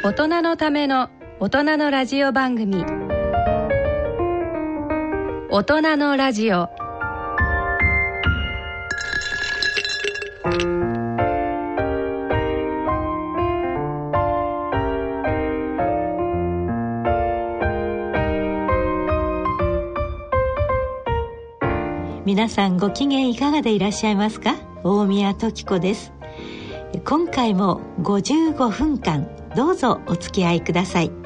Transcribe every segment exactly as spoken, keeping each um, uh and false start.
大人のための大人のラジオ番組、大人のラジオ。 皆さんご機嫌いかがでいらっしゃいますか？大宮時子です。今回もごじゅうごふんかんどうぞお付き合いください。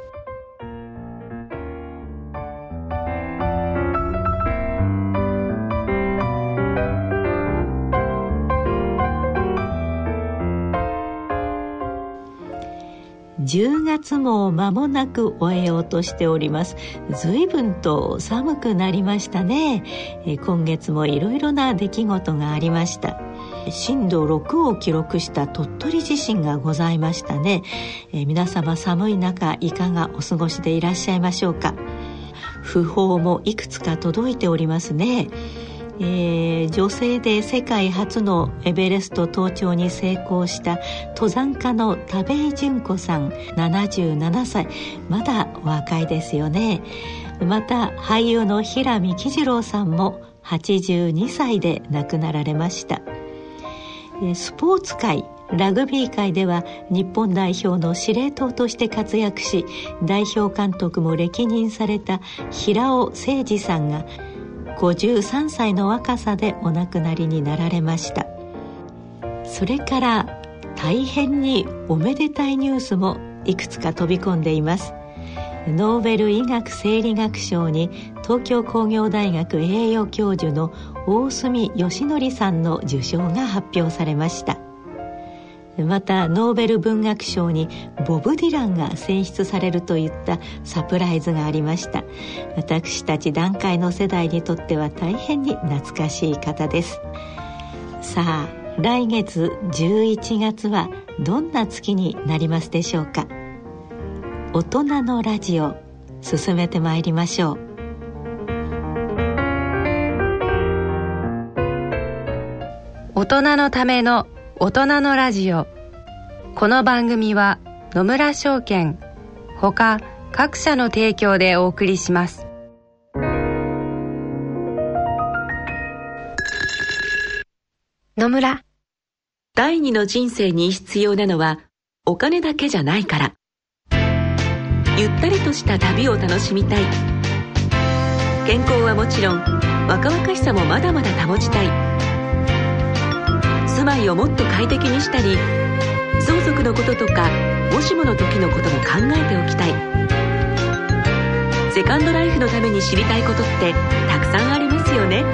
じゅうがつも間もなく終えようとしております。随分と寒くなりましたね。え今月もいろいろな出来事がありました。震度ろくを記録した鳥取地震がございましたね。え皆様寒い中いかがお過ごしでいらっしゃいましょうか。訃報もいくつか届いておりますね。えー、女性で世界初のエベレスト登頂に成功した登山家の田部井淳子さんななじゅうななさい、まだお若いですよね。また俳優の平見喜次郎さんもはちじゅうにさいで亡くなられました。スポーツ界、ラグビー界では日本代表の司令塔として活躍し、代表監督も歴任された平尾誠二さんがごじゅうさんさいの若さでお亡くなりになられました。それから大変におめでたいニュースもいくつか飛び込んでいます。ノーベル医学生理学賞に東京工業大学栄誉教授の大隅義則さんの受賞が発表されました。またノーベル文学賞にボブ・ディランが選出されるといったサプライズがありました。私たち団塊の世代にとっては大変に懐かしい方です。さあ、来月じゅういちがつはどんな月になりますでしょうか。大人のラジオ、進めてまいりましょう。 大人のための大人のラジオ。この番組は野村証券ほか各社の提供でお送りします。野村。 第二の人生に必要なのはお金だけじゃないから。ゆったりとした旅を楽しみたい。健康はもちろん若々しさもまだまだ保ちたい。住まいをもっと快適にしたり、相続のこととかもしもの時のことも考えておきたい。セカンドライフのために知りたいことってたくさんありますよね。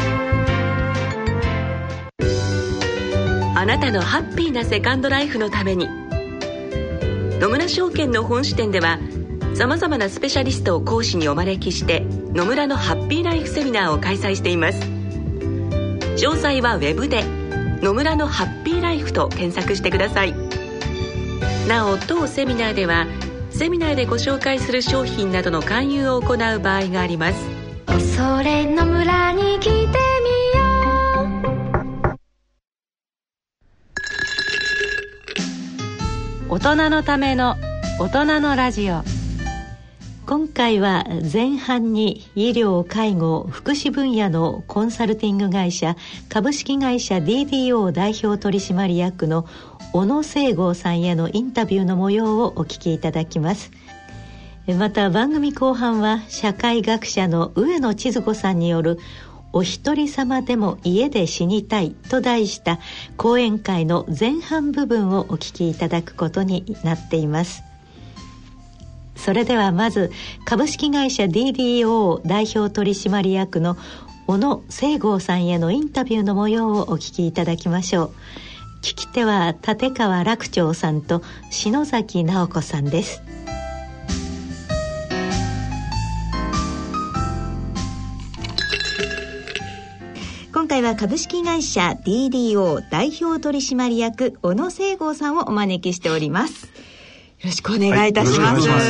あなたのハッピーなセカンドライフのために、野村証券の本支店ではさまざまなスペシャリストを講師にお招きして野村のハッピーライフセミナーを開催しています。詳細はウェブで野村のハッピーライフと検索してください。なお当セミナーではセミナーでご紹介する商品などの勧誘を行う場合があります。 それの村に来てみよう。 大人のための大人のラジオ。 今回は前半に医療・介護・福祉分野のコンサルティング会社株式会社 ディーディーオー 代表取締役の小野清郷さんへのインタビューの模様をお聞きいただきます。また番組後半は社会学者の上野千鶴子さんによるお一人様でも家で死にたいと題した講演会の前半部分をお聞きいただくことになっています。それではまず株式会社 ディーディーオー 代表取締役の小野清郷さんへのインタビューの模様をお聞きいただきましょう。聞き手は立川楽長さんと篠崎直子さんです。 今回は株式会社 ディーディーオー 代表取締役小野清郷さんをお招きしております。 ろしくお願いいたします。 はい、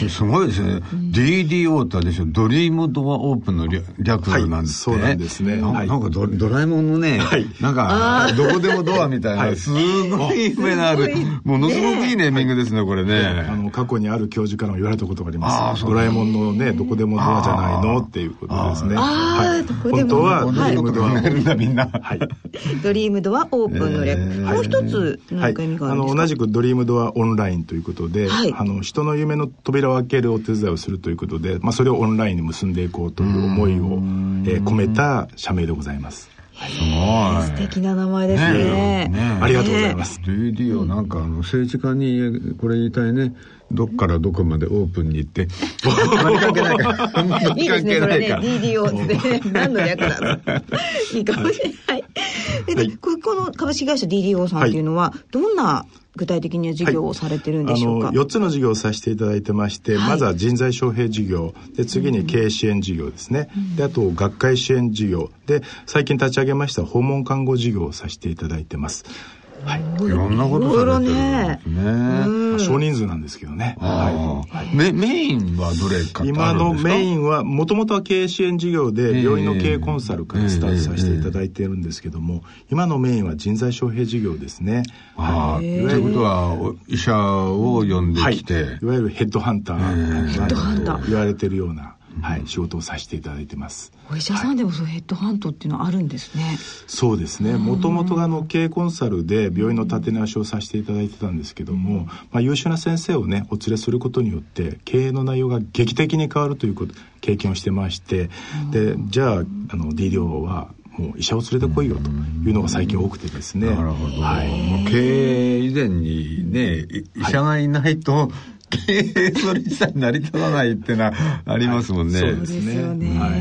すごいですね、うん、ディーディーオー ってでしょ、ドリームドアオープンの略なんて、はい、 そうなんですね。 な, なんか ド, ドラえもんのね、はい、なんかどこでもドアみたいな、はい、すごい夢のある、ものすごくいいネーミングですね、これね。 あの過去にある教授からも言われたことがあります。ドラえもんのね、どこでもドアじゃないのっていうことですね。はい、本当はドリームドア、 はい、みんな、 はい、ドリームドアオープンの略、えー、もう一つ何か意味があるんですか。はい、あの同じくドリームドアオンラインということで、はい、あの人の夢の扉を開けるお手伝いをするということで、まあ、それをオンラインに結んでいこうという思いを、えー、込めた社名でございます。 はい、素敵な名前です ね, ね, ねありがとうございます。 ディーディー をなんかあの政治家にこれ言いたいね、どっからどこまでオープンに行ってあまり関係ないかいいですね、それね ディーディーオー って何の略なのいいかもしれない。で、はい、この株式会社 ディーディーオー さんっていうのは、はい、どんな具体的には事業をされてるんでしょうか。 はい、あのよっつの事業をさせていただいてまして、はい、まずは人材招聘事業で、次に経営支援事業ですね、うん、であと学会支援事業で、最近立ち上げました訪問看護事業をさせていただいてます。 はい、いろんなことされてるんですね。 まあ、少人数なんですけどね。はい、 メ, メインはどれかってあるんですか。 今のメインはもともとは経営支援事業で病院の経営コンサルからスタートさせていただいているんですけども、今のメインは人材招聘事業ですね。 はい、ということは医者を呼んできて、はい、 いわゆるヘッドハンター、ヘッドハンター言われてるような、はい、仕事をさせていただいてます。 お医者さんでもそう、はい、ヘッドハントっていうのはあるんですね。 そうですね、もともとがあの経営コンサルで病院の立て直しをさせていただいてたんですけども、まあ、優秀な先生をねお連れすることによって経営の内容が劇的に変わるということ経験をしてまして、でじゃあ、あの ディーディーオー はもう医者を連れてこいよというのが最近多くてですね。 なるほど、はい、もう経営以前にね医者がいないと、はい、経営それさえ成り立たないってのはありますもんね。 はい、そうですね。はい。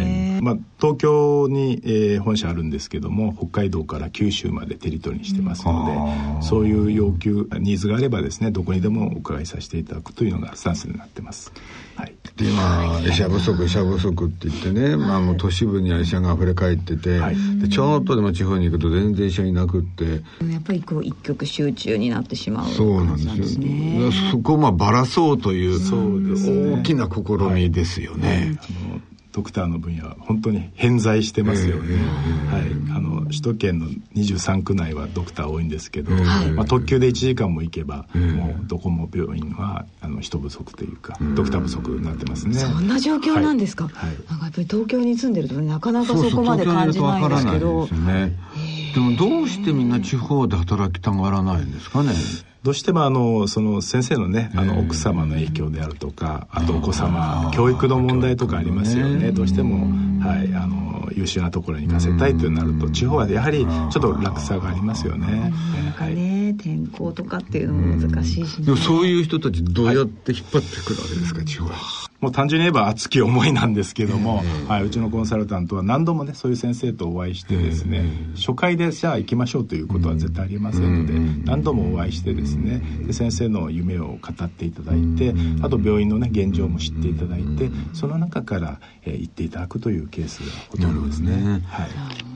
まあ東京に、えー、本社あるんですけども、北海道から九州までテリトリーにしてますので、うん、そういう要求ニーズがあればですね、どこにでもお伺いさせていただくというのがスタンスになってます。はい。 で今医者不足医者不足って言ってね、まあもう都市部には医者が溢れ返ってて、はい、でちょっとでも地方に行くと全然医者いなくって、 やっぱりこう一極集中になってしまうそうなんですよね。そこをまあばらそうという大きな試みですよね。はい、あのドクターの分野は本当に偏在してますよね。はい、あの首都圏のにじゅうさんく内はドクター多いんですけど、まあ、特急でいちじかんも行けばもうどこも病院はあの人不足というかドクター不足になってますね。 そんな状況なんですか。はい、なんかやっぱり東京に住んでると、ね、なかなかそこまで感じないんですけど。 でもどうしてみんな地方で働きたがらないんですかね。 どうしてもあのその先生のねあの奥様の影響であるとか、あとお子様教育の問題とかありますよね。どうしても、はい、あの優秀なところに行かせたいとなると地方はやはりちょっと落差がありますよね。 なんかね、はい、天候とかっていうのも難しいし、ね、 でもそういう人たちどうやって引っ張ってくるわけですか、はい、地方は。 もう単純に言えば熱き思いなんですけども、はい、うちのコンサルタントは何度もねそういう先生とお会いしてですね、初回でじゃあ行きましょうということは絶対ありませんので、何度もお会いしてですね、で先生の夢を語っていただいて、あと病院のね現状も知っていただいて、その中から、えー、行っていただくというケースがほとんどですね。はい、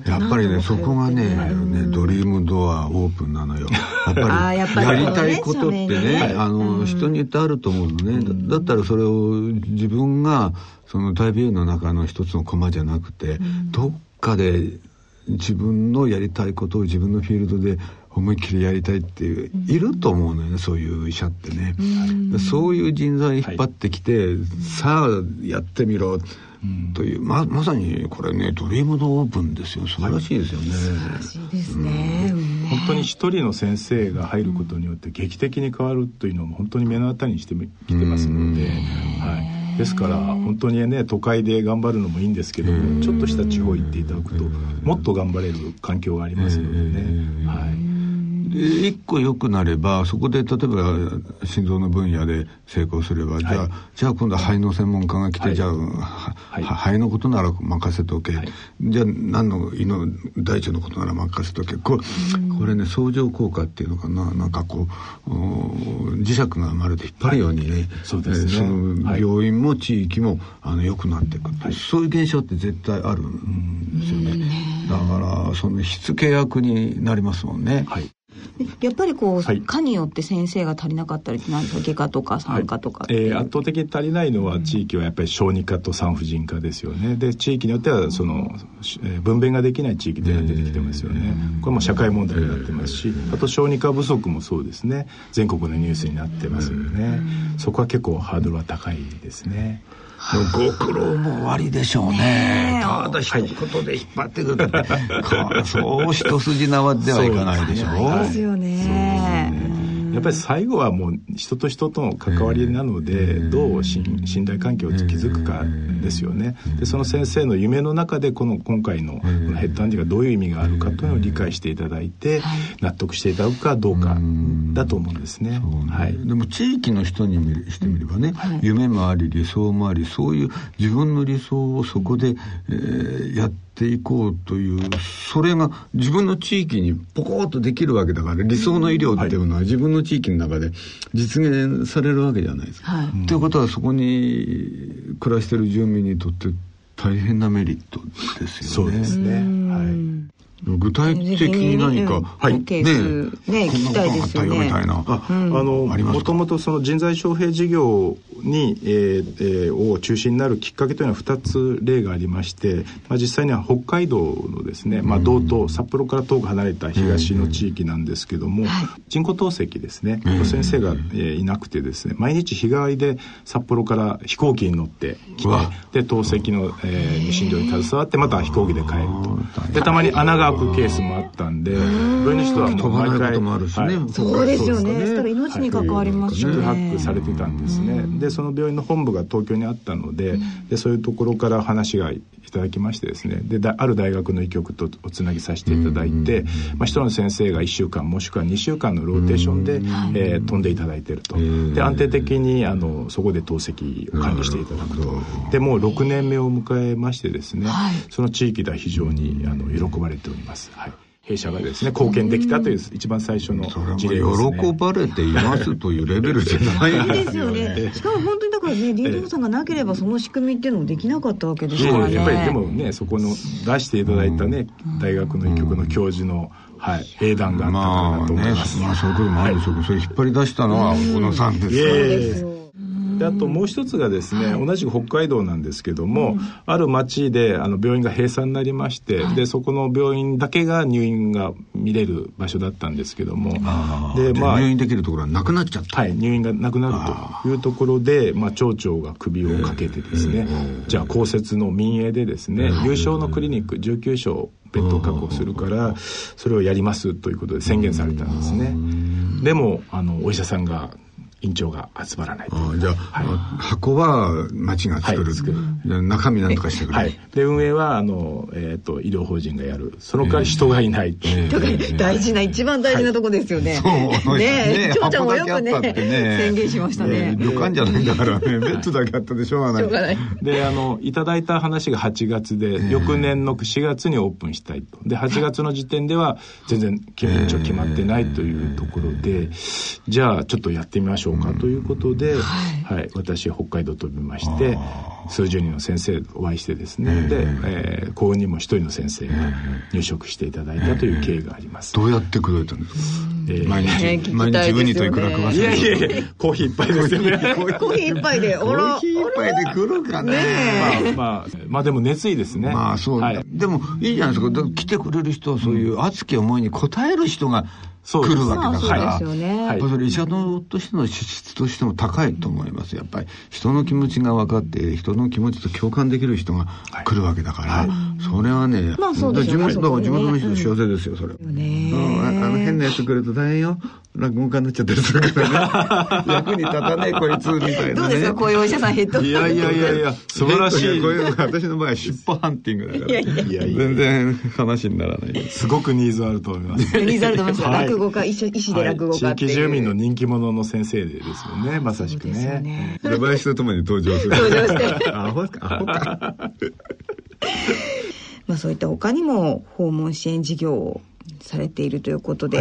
やっぱりねそこが ね, ねドリームドアオープンなのよ。やっぱり や, ぱりやりたいことってね、はい、あの人によってあると思うのね。 だ, だったらそれを自分がその大病院の中の一つのコマじゃなくて、どっかで自分のやりたいことを自分のフィールドで思いっきりやりたいっていう、うん、いると思うのよね、そういう医者ってね、うん、そういう人材引っ張ってきて、はい、さあやってみろという、ま, まさにこれねドリームドオープンですよ。素晴らしいですよね。 素晴らしいですね、うん、 本当に一人の先生が入ることによって劇的に変わるというのも本当に目の当たりにしてきてますので、はい、ですから本当にね都会で頑張るのもいいんですけども、ちょっとした地方行っていただくともっと頑張れる環境がありますのでね、はい。 一個良くなればそこで例えば心臓の分野で成功すれば、はい、じゃあじゃあ今度は肺の専門家が来て、はい、じゃあ、はい、肺のことなら任せとけ、はい、じゃあ何の胃の大腸のことなら任せとけ、これ、これね相乗効果っていうのかな、なんかこう磁石がまるで引っ張るようにね、はい、そうですね、その病院も地域もあの良くなっていくって、はい、そういう現象って絶対あるんですよね。だからその火付け役になりますもんね。はい。 やっぱりこう、 はい、 科によって先生が足りなかったりって何ですか？外科とか産科とか、 はい、えー、圧倒的に足りないのは地域はやっぱり小児科と産婦人科ですよね。で地域によってはその、えー、分娩ができない地域で出てきてますよね。これも社会問題になってますし、あと小児科不足もそうですね。全国のニュースになってますよね。そこは結構ハードルは高いですね。 ご苦労もおありでしょうね。ただ一言で引っ張ってくるって、はい、そう一筋縄ではいかないでしょう。 そうですよね。 やっぱり最後はもう人と人との関わりなので、どう信頼関係を築くかですよね。でその先生の夢の中でこの今回のこのヘッドハンディがどういう意味があるかというのを理解していただいて、納得していただくかどうかだと思うんですね。はい、 でも地域の人にしてみればね、はい、夢もあり理想もあり、そういう自分の理想をそこで、えー、やってていこうという、それが自分の地域にポコッとできるわけだから、理想の医療っていうのは自分の地域の中で実現されるわけじゃないですか。はい、ということはそこに暮らしている住民にとって大変なメリットですよね。 そうですね。はい。 具体的に何か、 はい、ケースね、聞きたいですよね。 みたいな、 あ、うん、あのもともとその人材招聘事業に、えーえー、を中心になるきっかけというのはふたつ例がありまして、まあ、実際には北海道のですね、まあ、道東、札幌から遠く離れた東の地域なんですけども、うん、人工透析ですね、うん、先生が、えー、いなくてですね、毎日日替わりで札幌から飛行機に乗ってきて、で透析の、えー、診療に携わってまた飛行機で帰ると。でたまに穴が開くケースもあったんで、病院の人はもう毎回、 はい、そうですよね。そしたら命に関わりますよね。 宿泊されてたんですね。でその病院の本部が東京にあったので、でそういうところから話がいただきましてですね、でだある大学の医局とおつなぎさせていただいて、まあ、一人の先生がいっしゅうかんもしくはにしゅうかんのローテーションで、えー、飛んでいただいていると。で安定的にあのそこで透析を管理していただくと。でもうろくねんめを迎えましてですね、はい、その地域では非常にあの喜ばれております。はい、弊社がですね貢献できたという一番最初の事例ですね。 喜ばれていますというレベルじゃないですよね。しかも本当にだからね、ディーディーオー さんがなければその仕組みっていうのもできなかったわけですからね。 やっぱりでもね、そこの出していただいたね、大学の医局の教授の、はい、英断があったかなと思います。 まあね、まあそういうこともあるんでしょうけど、それ引っ張り出したのは小野さんですよ。 そうですよ。 であともう一つがですね、はい、同じく北海道なんですけども、うん、ある町であの病院が閉鎖になりまして、はい、でそこの病院だけが入院が見れる場所だったんですけども、 で、まあ、入院できるところはなくなっちゃった。 はい、入院がなくなるというところで、まあ、町長が首をかけてですね、じゃあ公設の民営でですね、有償のクリニックじゅうきゅうしょうベッドを確保するからそれをやりますということで宣言されたんですね。でもあのお医者さんが院長が集まらないと。 あじゃあ、はい、箱は町が作る、はい、作るじゃあ中身なんとかしてくれ、 はい、で運営はあの、えー、と医療法人がやる。その代わり人がいない、 えー、人がいない、大事な一番大事なとこですよね。 はい、そうねえ、長ちゃんもよく ね, ね宣言しましたね。 旅館じゃないんだからね、ベッドだけあったでしょうがない。しょうがない。 であのいただいた話がはちがつで、翌年のしがつにオープンしたいと。ではちがつの時点では全然院長決まってないというところで、じゃあちょっとやってみましょうかということで、ではいはい、私は北海道飛びまして数十人の先生とお会いしてですね、で、えー、幸運にも一人の先生が入職していただいたという経緯があります。 どうやって口説いたんですか？えー、毎日、 ね、 毎日ウニといくら食わせる。 いやいやいや、コーヒー一杯ですよね。 コーヒー一杯で、 コーヒー一杯で来るかね。 まあ、まあ、まあでも熱意ですね。 まあそう、はい、でもいいじゃないですか。来てくれる人、そういう熱き思いに応える人が来るわけだから、 そうですよね。 はい、それ医者のとしての資質としても高いと思います。やっぱり人の気持ちが分かって人の気持ちと共感できる人が来るわけだから、はいはい、それはね、 まあそうですよね。 だから地元の人幸せですよ、それ。うん、あ, あの変なやつ来ると大変よ。落語家になっちゃったりするからね。役に立たねえこいつみたいなね。 どうですか、こういうお医者さんヘッド。 いやいやいやいや、素晴らしい。 こういうの私の場合は尻尾ハンティングだから。いやいやいやいや全然話にならない。 すごくニーズあると思います。 ニーズあると思います。はい、落語家、医師で落語家っていう、 はい、地域住民の人気者の先生ですよね、まさしくね。そうですよね。 出囃子とともに登場する。 登場して。 アホか、アホか。 まあそういった他にも訪問支援事業をされているということで、はい、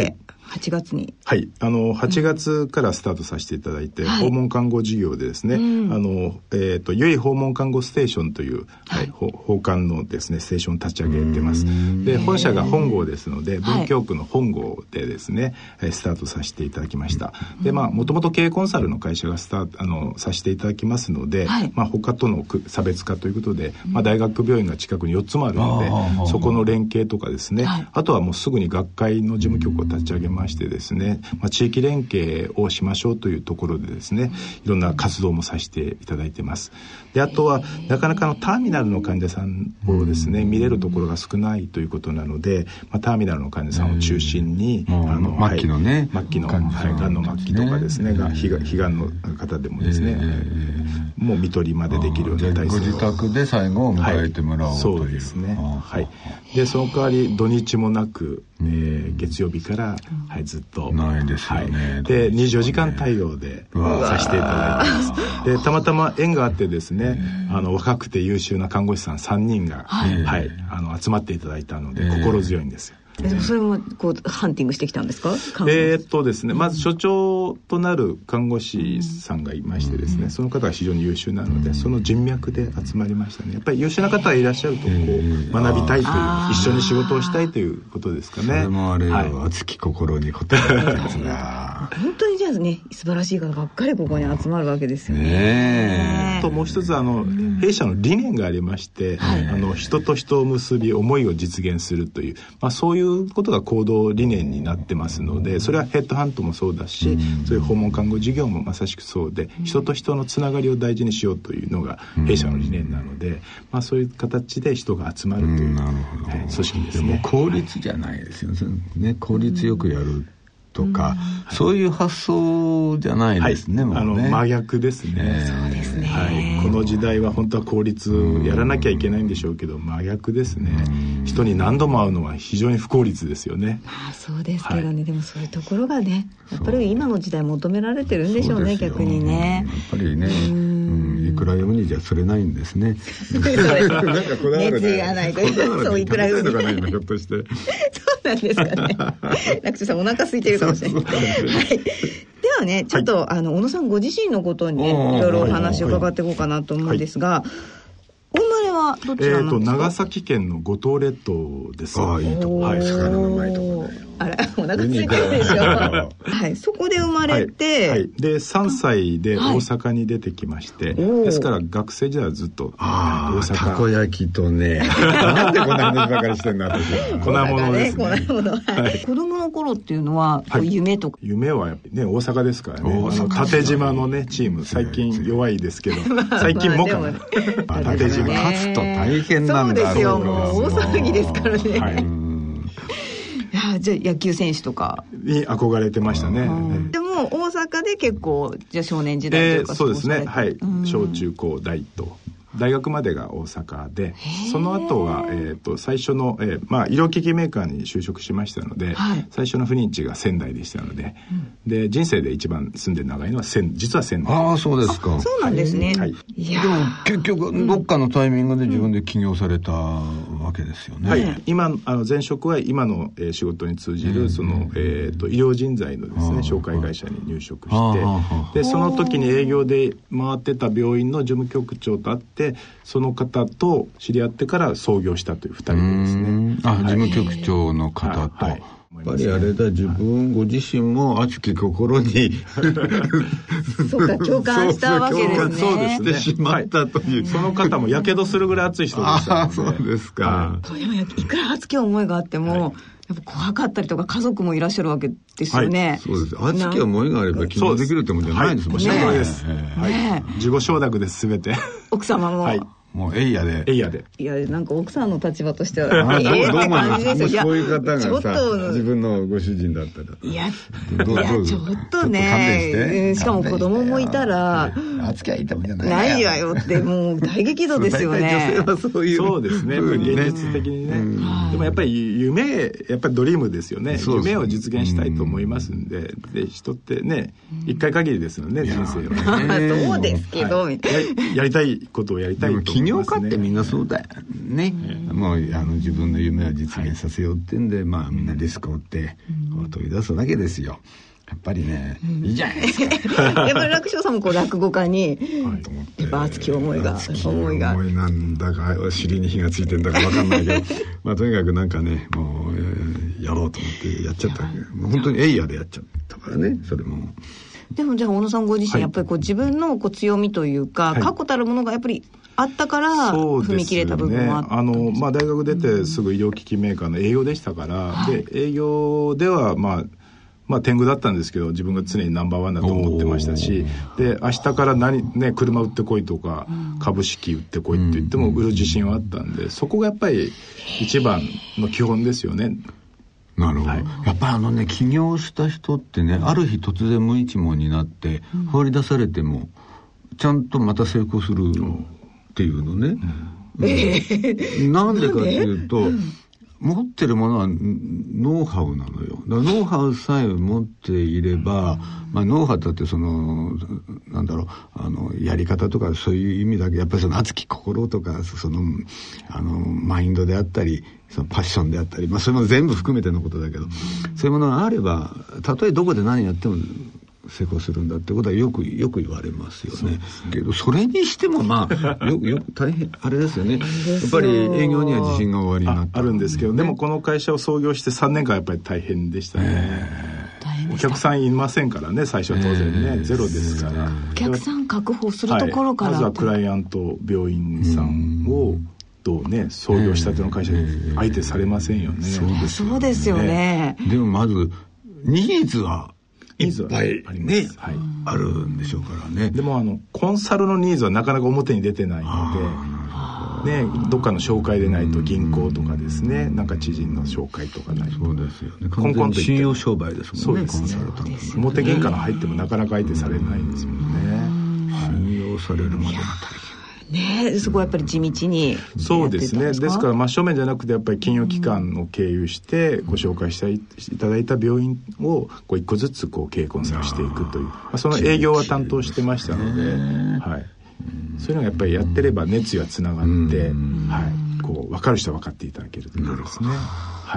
はちがつに。 はい。あの、はちがつからスタートさせていただいて、うん、訪問看護事業でですね、はい、あの、えっ、ー、と、ゆい訪問看護ステーションという、はい、訪韓のですね、ステーションを立ち上げてます。で、本社が本郷ですので、文京区の本郷でですね、はい、スタートさせていただきました。で、まあ、もともと経営コンサルの会社がスタート、あの、させていただきますので、はい、まあ、他との差別化ということで、まあ、大学病院が近くによっつもあるので、そこの連携とかですね、はい、あとはもうすぐに学会の事務局を立ち上げましてですね、まあ、地域連携をしましょうというところでですね、いろんな活動もさせていただいてます。で、あとはなかなかのターミナルの患者さんをですね、見れるところが少ないということなので、まあ、ターミナルの患者さんを中心に、 あの末期のね、 はい、末期のがん、はい、の末期とかですね、が悲願の方でもですね、えー、もう看取りまでできるような体制を、 ご自宅で最後を迎えてもらおうという、はい、そうですね。はい。で、その代わり土日もなく、えー、月曜日から、はい、ずっとないですよね、 はい、でにじゅうよじかん対応でさせていただいてます。で、たまたま縁があってですね、あの若くて優秀な看護師さんさんにんが、はいはい、あの集まっていただいたので心強いんですよ。 でもそれもこうハンティングしてきたんですか？ えー、っとですね、まず所長となる看護師さんがいましてですね、その方が非常に優秀なので、その人脈で集まりましたね。やっぱり優秀な方がいらっしゃるとこう学びたいという、一緒に仕事をしたいということですかね。それもあれよ、はい、熱き心に応えたんですが本当にじゃあね、素晴らしい方ばっかりここに集まるわけですよね。 ねともう一つあの弊社の理念がありまして、はい、あの人と人を結び思いを実現するという、まあ、そういういうことが行動理念になってますので、それはヘッドハントもそうだし、うん、そういう訪問看護事業もまさしくそうで、人と人のつながりを大事にしようというのが弊社の理念なので、まあ、そういう形で人が集まるという、うん、なるほど、えー、組織ですね。 でも効率じゃないですよね。効率よくやるとか、うん、そういう発想じゃないですね、 はい、もうね、あの真逆ですね、えー、そうですね、はい、この時代は本当は効率やらなきゃいけないんでしょうけど、真逆ですね。人に何度も会うのは非常に不効率ですよね。 ああ、そうですけどね、はい、でもそういうところがね、やっぱり今の時代求められてるんでしょうね、逆にね。 やっぱりね、うん、いくら読むにじゃ釣れないんですね。 なんかこだわるね、熱意がないとそう、いくら読むにひょっとしてそうなんですかね。楽勝さんお腹空いてるかもしれない。はい。ではね、ちょっと、はい、あの小野さんご自身のことに、ね、いろいろお話を伺っていこうかなと思うんですが、はい、お生まれはどちらなんですか？えーと、 長崎県の五島列島です。 ああ、いいとこ。はい、魚のうまいとこね。 あら、お腹空いてるでしょ。はい、そこで生まれて、はいはい、 でさんさいで大阪に出てきまして、はい、ですから学生時代はずっと大阪。たこ焼きとね、なんでこんな話ばかりしてんだ私。 粉物ですね。 粉物。はい。子供の頃っていうのは、はい、夢とか。 夢はやっぱりね、大阪ですからね。あの縦島のねチーム、最近弱いですけど、最近もかな。縦島勝つと大変なんだ。 そうですよ、もう大騒ぎですからね。はい。いや、じゃあ野球選手とかに憧れてましたね。 でも大阪で結構じゃあ少年時代というか、 えー、そうですね、はい、小中高大と大学までが大阪で、その後は、えー、と最初の、えーまあ、医療機器メーカーに就職しましたので、はい、最初の赴任地が仙台でしたので、うん、で人生で一番住んで長いのは仙実は仙台。 ああ、そうですか。 そうなんですね、はい、 いやでも結局どっかのタイミングで自分で起業されたわけですよね、 うん、はい、今あの前職は今の、えー、仕事に通じる、うん、その、えー、と医療人材のですね紹介会社に入職して、でその時に営業で回ってた病院の事務局長と会って、その方と知り合ってから創業したというふたりでですね。 あ、はい、事務局長の方と、はいはい、やっぱりあれだ、自分ご自身も熱き心にそうか、共感したわけですね。 そうですね、してしまったという、はい、 その方もやけどするぐらい熱い人でしたので。 あ、そうですか、 はい、でもいくら熱き思いがあっても、はい、やっぱ怖かったりとか家族もいらっしゃるわけですよね、 はい、そうです。熱き思いがあれば起業できるってもんじゃないですもんね。 はい、そうです、はい、自己承諾です全て。 奥様も、はい、 もうエイヤでエイヤでいや、なんか奥さんの立場としてはええって感じですよ。そういう方がさ、自分のご主人だったら、 いやいやちょっとね、しかも子供もいたら熱きゃいいってもんじゃないないわよって、もう大激怒ですよね。 女性はそういう、そうですね、現実的にね、うん、でもやっぱり夢、やっぱりドリームですよね。夢を実現したいと思いますんで、で人ってね、一回限りですよね、人生はね。 そうですけど、はい、 や, やりたいことをやりたいと思起業家ってみんなそうだよね、うん、もうあの自分の夢を実現させようってんで、はい、まあみんなリスクを負ってこう飛び出すわけですよ。やっぱりね、うん、いいじゃないですか。 やっぱり楽勝さんもこう落語家に、はい、やっぱ熱き思いが思いが思いなんだかお尻に火がついてんだか分かんないけどまあとにかくなんかねもう、えー、やろうと思ってやっちゃった。もう本当にエイヤーでやっちゃったからね。それもでもじゃあ小野さんご自身、はい、やっぱりこう自分のこう強みというか、はい、確固たるものがやっぱりあったから踏み切れた部分もあったんですね。 あの、まあ、大学出てすぐ医療機器メーカーの営業でしたから、はい、で営業ではまあまあ、天狗だったんですけど自分が常にナンバーワンだと思ってましたし、で明日から何、ね、車売ってこいとか、うん、株式売ってこいって言っても売る自信はあったんで、そこがやっぱり一番の基本ですよね。 なるほど、はい、やっぱりあのね起業した人ってね、ある日突然無一文になって放り出されてもちゃんとまた成功するっていうのね、うんうん、なんでかっていうと、持ってるものはノウハウなのよ。だからノウハウさえ持っていれば、まあ、ノウハウだってそのなんだろうあのやり方とかそういう意味だけやっぱりその熱き心とかそのあのマインドであったりそのパッションであったり、まあ、それも全部含めてのことだけど、そういうものがあればたとえどこで何やっても成功するんだってことはよくよく言われますよ ね, ねけどそれにしてもまあよよ大変あれですよね。やっぱり営業には自信が終わりになったあ, あるんですけど、ね、でもこの会社を創業してさんねんかんやっぱり大変でしたね。お客さんいませんからね、最初は当然ね、えー、ゼロですから、 お客さん確保するところから、 はい、まずはクライアント病院さんをどうね創業したての会社に相手されませんよね、えー、 そうですよね。そうですよね。 でもまずニーズはいっぱいあります、 ね、はい、あるんでしょうからね。 でもあのコンサルのニーズはなかなか表に出てないので、ね、どっかの紹介でないと銀行とかですね、なんか知人の紹介とかないと。 そうですよね。完全に信用商売ですもんね。 そうですね。コンサルタント、表銀貨の入ってもなかなか相手されないんですよね。 信用されるまでが大変ね、そこはやっぱり地道にそうですね。ですから真正面じゃなくてやっぱり金融機関を経由してご紹介していただいた病院をこう一個ずつこう経営コンサルしていくという、まあ、その営業は担当してましたので、はい、そういうのがやっぱりやってれば熱意はつながって、はい、こう分かる人は分かっていただけるということですね。はい。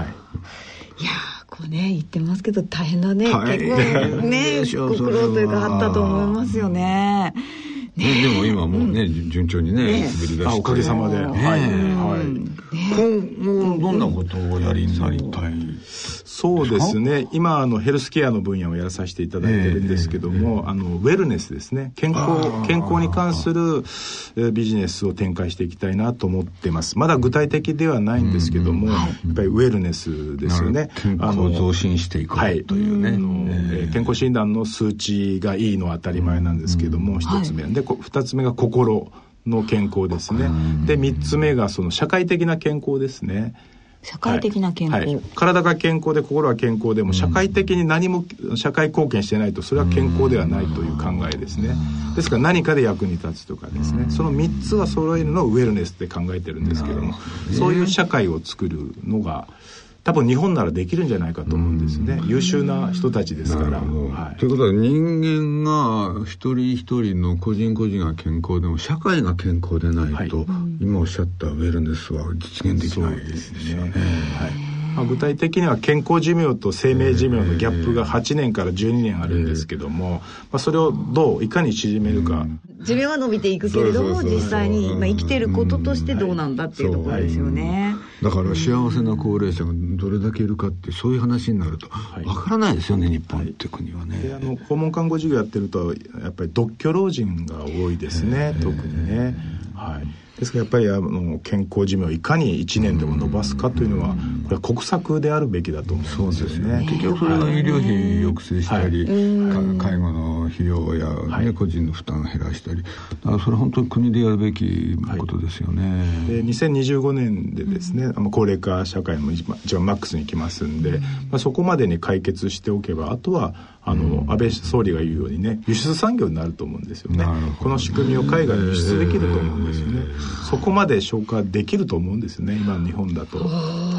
いやこうね言ってますけど大変だね、はい、結構ねご苦労というかあったと思いますよね。 ね、でも今もうね、うん、順調にね、ね滑り出しておかげさまで、ねはいはいね、今後どんなことをやりになりたい？ そうですね、今あのヘルスケアの分野をやらさせていただいてるんですけども、えー、あのウェルネスですね、健康健康に関するビジネスを展開していきたいなと思ってます。まだ具体的ではないんですけども、うん、やっぱりウェルネスですよね。 健康を増進していくというね、はい、 えー、健康診断の数値がいいのは当たり前なんですけども、一、うん、つ目、はい、で二つ目が心の健康ですね。で三つ目がその社会的な健康ですね。 社会的な健康、はいはい、 体が健康で心は健康でも社会的に何も社会貢献してないとそれは健康ではないという考えですね。ですから何かで役に立つとかですね、そのみっつは揃えるのをウェルネスって考えてるんですけども、そういう社会を作るのが多分日本ならできるんじゃないかと思うんですね。優秀な人たちですから、 はい、ということは人間が一人一人の個人個人が健康でも社会が健康でないと、はい、今おっしゃったウェルネスは実現できないですよね。 はい、まあ、具体的には健康寿命と生命寿命のギャップがはちねんからじゅうにねんあるんですけども、まあ、それをどういかに縮めるか。 寿命は伸びていくけれども実際にまあ生きていることとしてどうなんだっていうところですよね。 だから幸せな高齢者がどれだけいるかってそういう話になるとわからないですよね、はい、日本って国はね。 であの訪問看護事業やってるとやっぱり独居老人が多いですね、特にね。はい。ですからやっぱりあの健康寿命をいかにいちねんでも伸ばすかというのはこれは国策であるべきだと思うんですよね。そうですね。 結局それが医療費抑制したり、はい、介護の費用や、ね、はい、個人の負担を減らしたり、だからそれは本当に国でやるべきことですよね。 はい、でにせんにじゅうごねんでですね、うん、高齢化社会も一番マックスに来ますんで、うん、まあ、そこまでに解決しておけばあとはあの、うん、安倍総理が言うようにね輸出産業になると思うんですよね。この仕組みを海外に輸出できると思うんですよね。そこまで消化できると思うんですよね、今の日本だと。はい。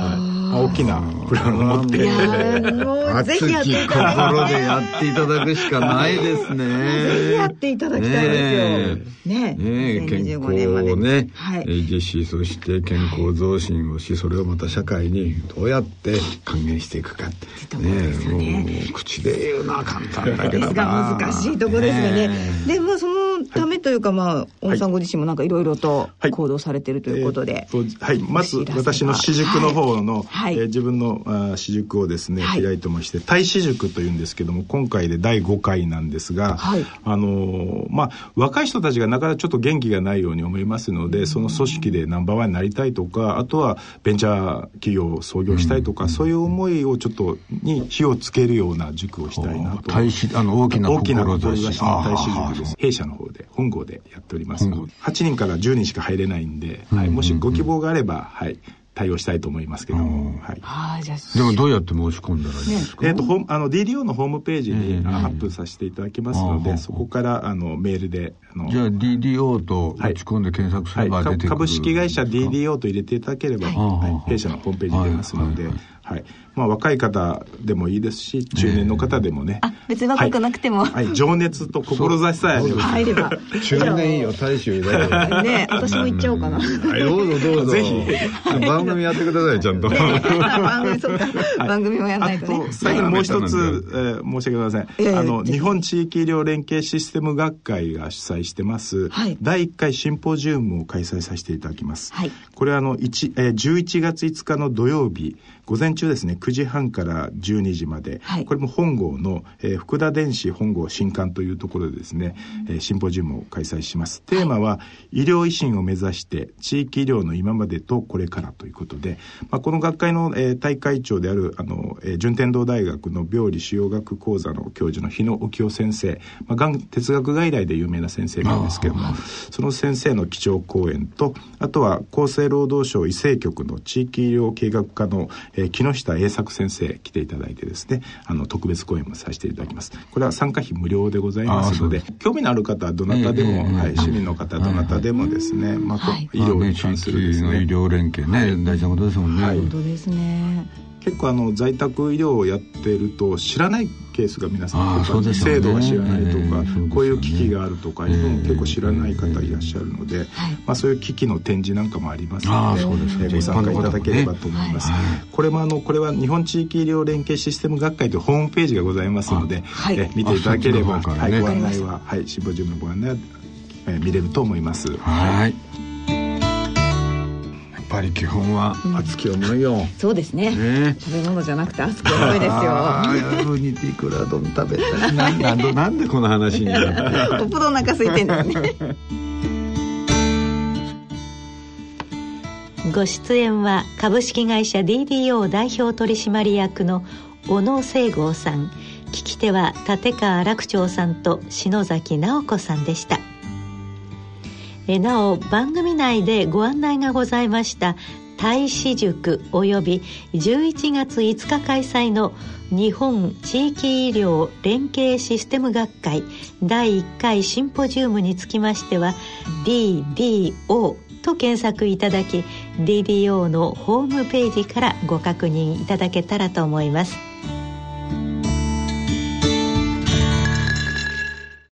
大きなプランを持って、いやもうぜひやっていただきたい、 心でやっていただくしかないですね。 ぜひやっていただきたいですよね。 ねえ、健康をね、はい、維持し、そして健康増進をし、それをまた社会にどうやって還元していくかって、ね、もう口で言うのは簡単だけどな、ですが難しいところですよね。でもそのためというか、まあ小野さんご自身もなんかいろいろと行動されているということで、 はい、えー、はい、まず私の私塾の方の、はい、えー、自分のあ私塾をですね、はい、開いてまして、大私塾というんですけども、今回でだいごかいなんですが、はい、あのー、まあ若い人たちがなかなかちょっと元気がないように思いますので、その組織でナンバーワンになりたいとか、あとはベンチャー企業を創業したいとか、うん、そういう思いをちょっとに火をつけるような塾をしたいなと。 大使、あの大きな志の大使塾です。弊社の方で本郷でやっております。はちにんからじゅうにんしか入れないんで、はい、もしご希望があれば、はい、対応したいと思いますけども、はい、 あ、じゃあでもどうやって申し込んだらいいですか？ ね、えー、とあの ディーディーオー のホームページに、えー、アップさせていただきますので、そこからあのメールであのじゃあ ディーディーオー と打ち込んで検索すれば出てくる、はいはい、 株式会社 ディーディーオー と入れていただければ、はいはい、弊社のホームページに出ますので、はいはいはい、まあ、若い方でもいいですし、中年の方でもね、 あ、別に若くなくても、 はいはい、情熱と志さえあれば入れば中年いいよ、大衆だよね、私も行っちゃおうかな、はい、 どうぞどうぞぜひ番組やってください、ちゃんと番組、そうか、はい、番組もやらないとね。 あと最後にもう一つ、えー、申し訳ございません、えー、あの日本地域医療連携システム学会が主催してます、はい、だいいっかいシンポジウムを開催させていただきます、はい、これはあの、えー、じゅういちがついつかの土曜日午前中ですね、くじはんからじゅうにじまで、はい、これも本郷の、えー、福田電子本郷新館というところでですね、えー、シンポジウムを開催します。テーマは、はい、医療維新を目指して地域医療の今までとこれからということで、まあ、この学会の、えー、大会長であるあの、えー、順天堂大学の病理腫瘍学講座の教授の日野沖夫先生、まあ、がん哲学外来で有名な先生なんですけども、その先生の基調講演と、あとは厚生労働省医政局の地域医療計画課のえー、木下栄作先生来ていただいてですね、あの特別講演もさせていただきます。これは参加費無料でございますので、興味のある方はどなたでも、えーはい、市民の方どなたでもですね、まあはい、医療に関するですね、 地域の医療連携ね、はい、大事なことですもんね、 はい、本当ですね。 結構あの在宅医療をやっていると知らないケースが皆さんとか、ね、制度が知らないとか、えーね、こういう機器があるとかいうのも結構知らない方いらっしゃるので、えーまあ、そういう機器の展示なんかもありますので、えー、ご参加いただければと思います、ねはい、これもあのこれは日本地域医療連携システム学会というホームページがございますので、はい、え見ていただければ、ねはい、ご案内は、はい、シンポジウムのご案内は、えー、見れると思います。 はい、やっぱり基本は熱き思いよ、うん、 そうです ね, ね食べ物じゃなくて熱き思いですよ。 ああウニといくら丼食べたいななんなんでこの話になっておぷどお腹空いてんですねご出演は株式会社 ディーディーオー 代表取締役の小野清郷さん、聞き手は立川楽長さんと篠崎直子さんでした。えなお番組内でご案内がございました大使塾およびじゅういちがついつか開催の日本地域医療連携システム学会だいいっかいシンポジウムにつきましては ディーディーオー と検索いただき ディーディーオー のホームページからご確認いただけたらと思います。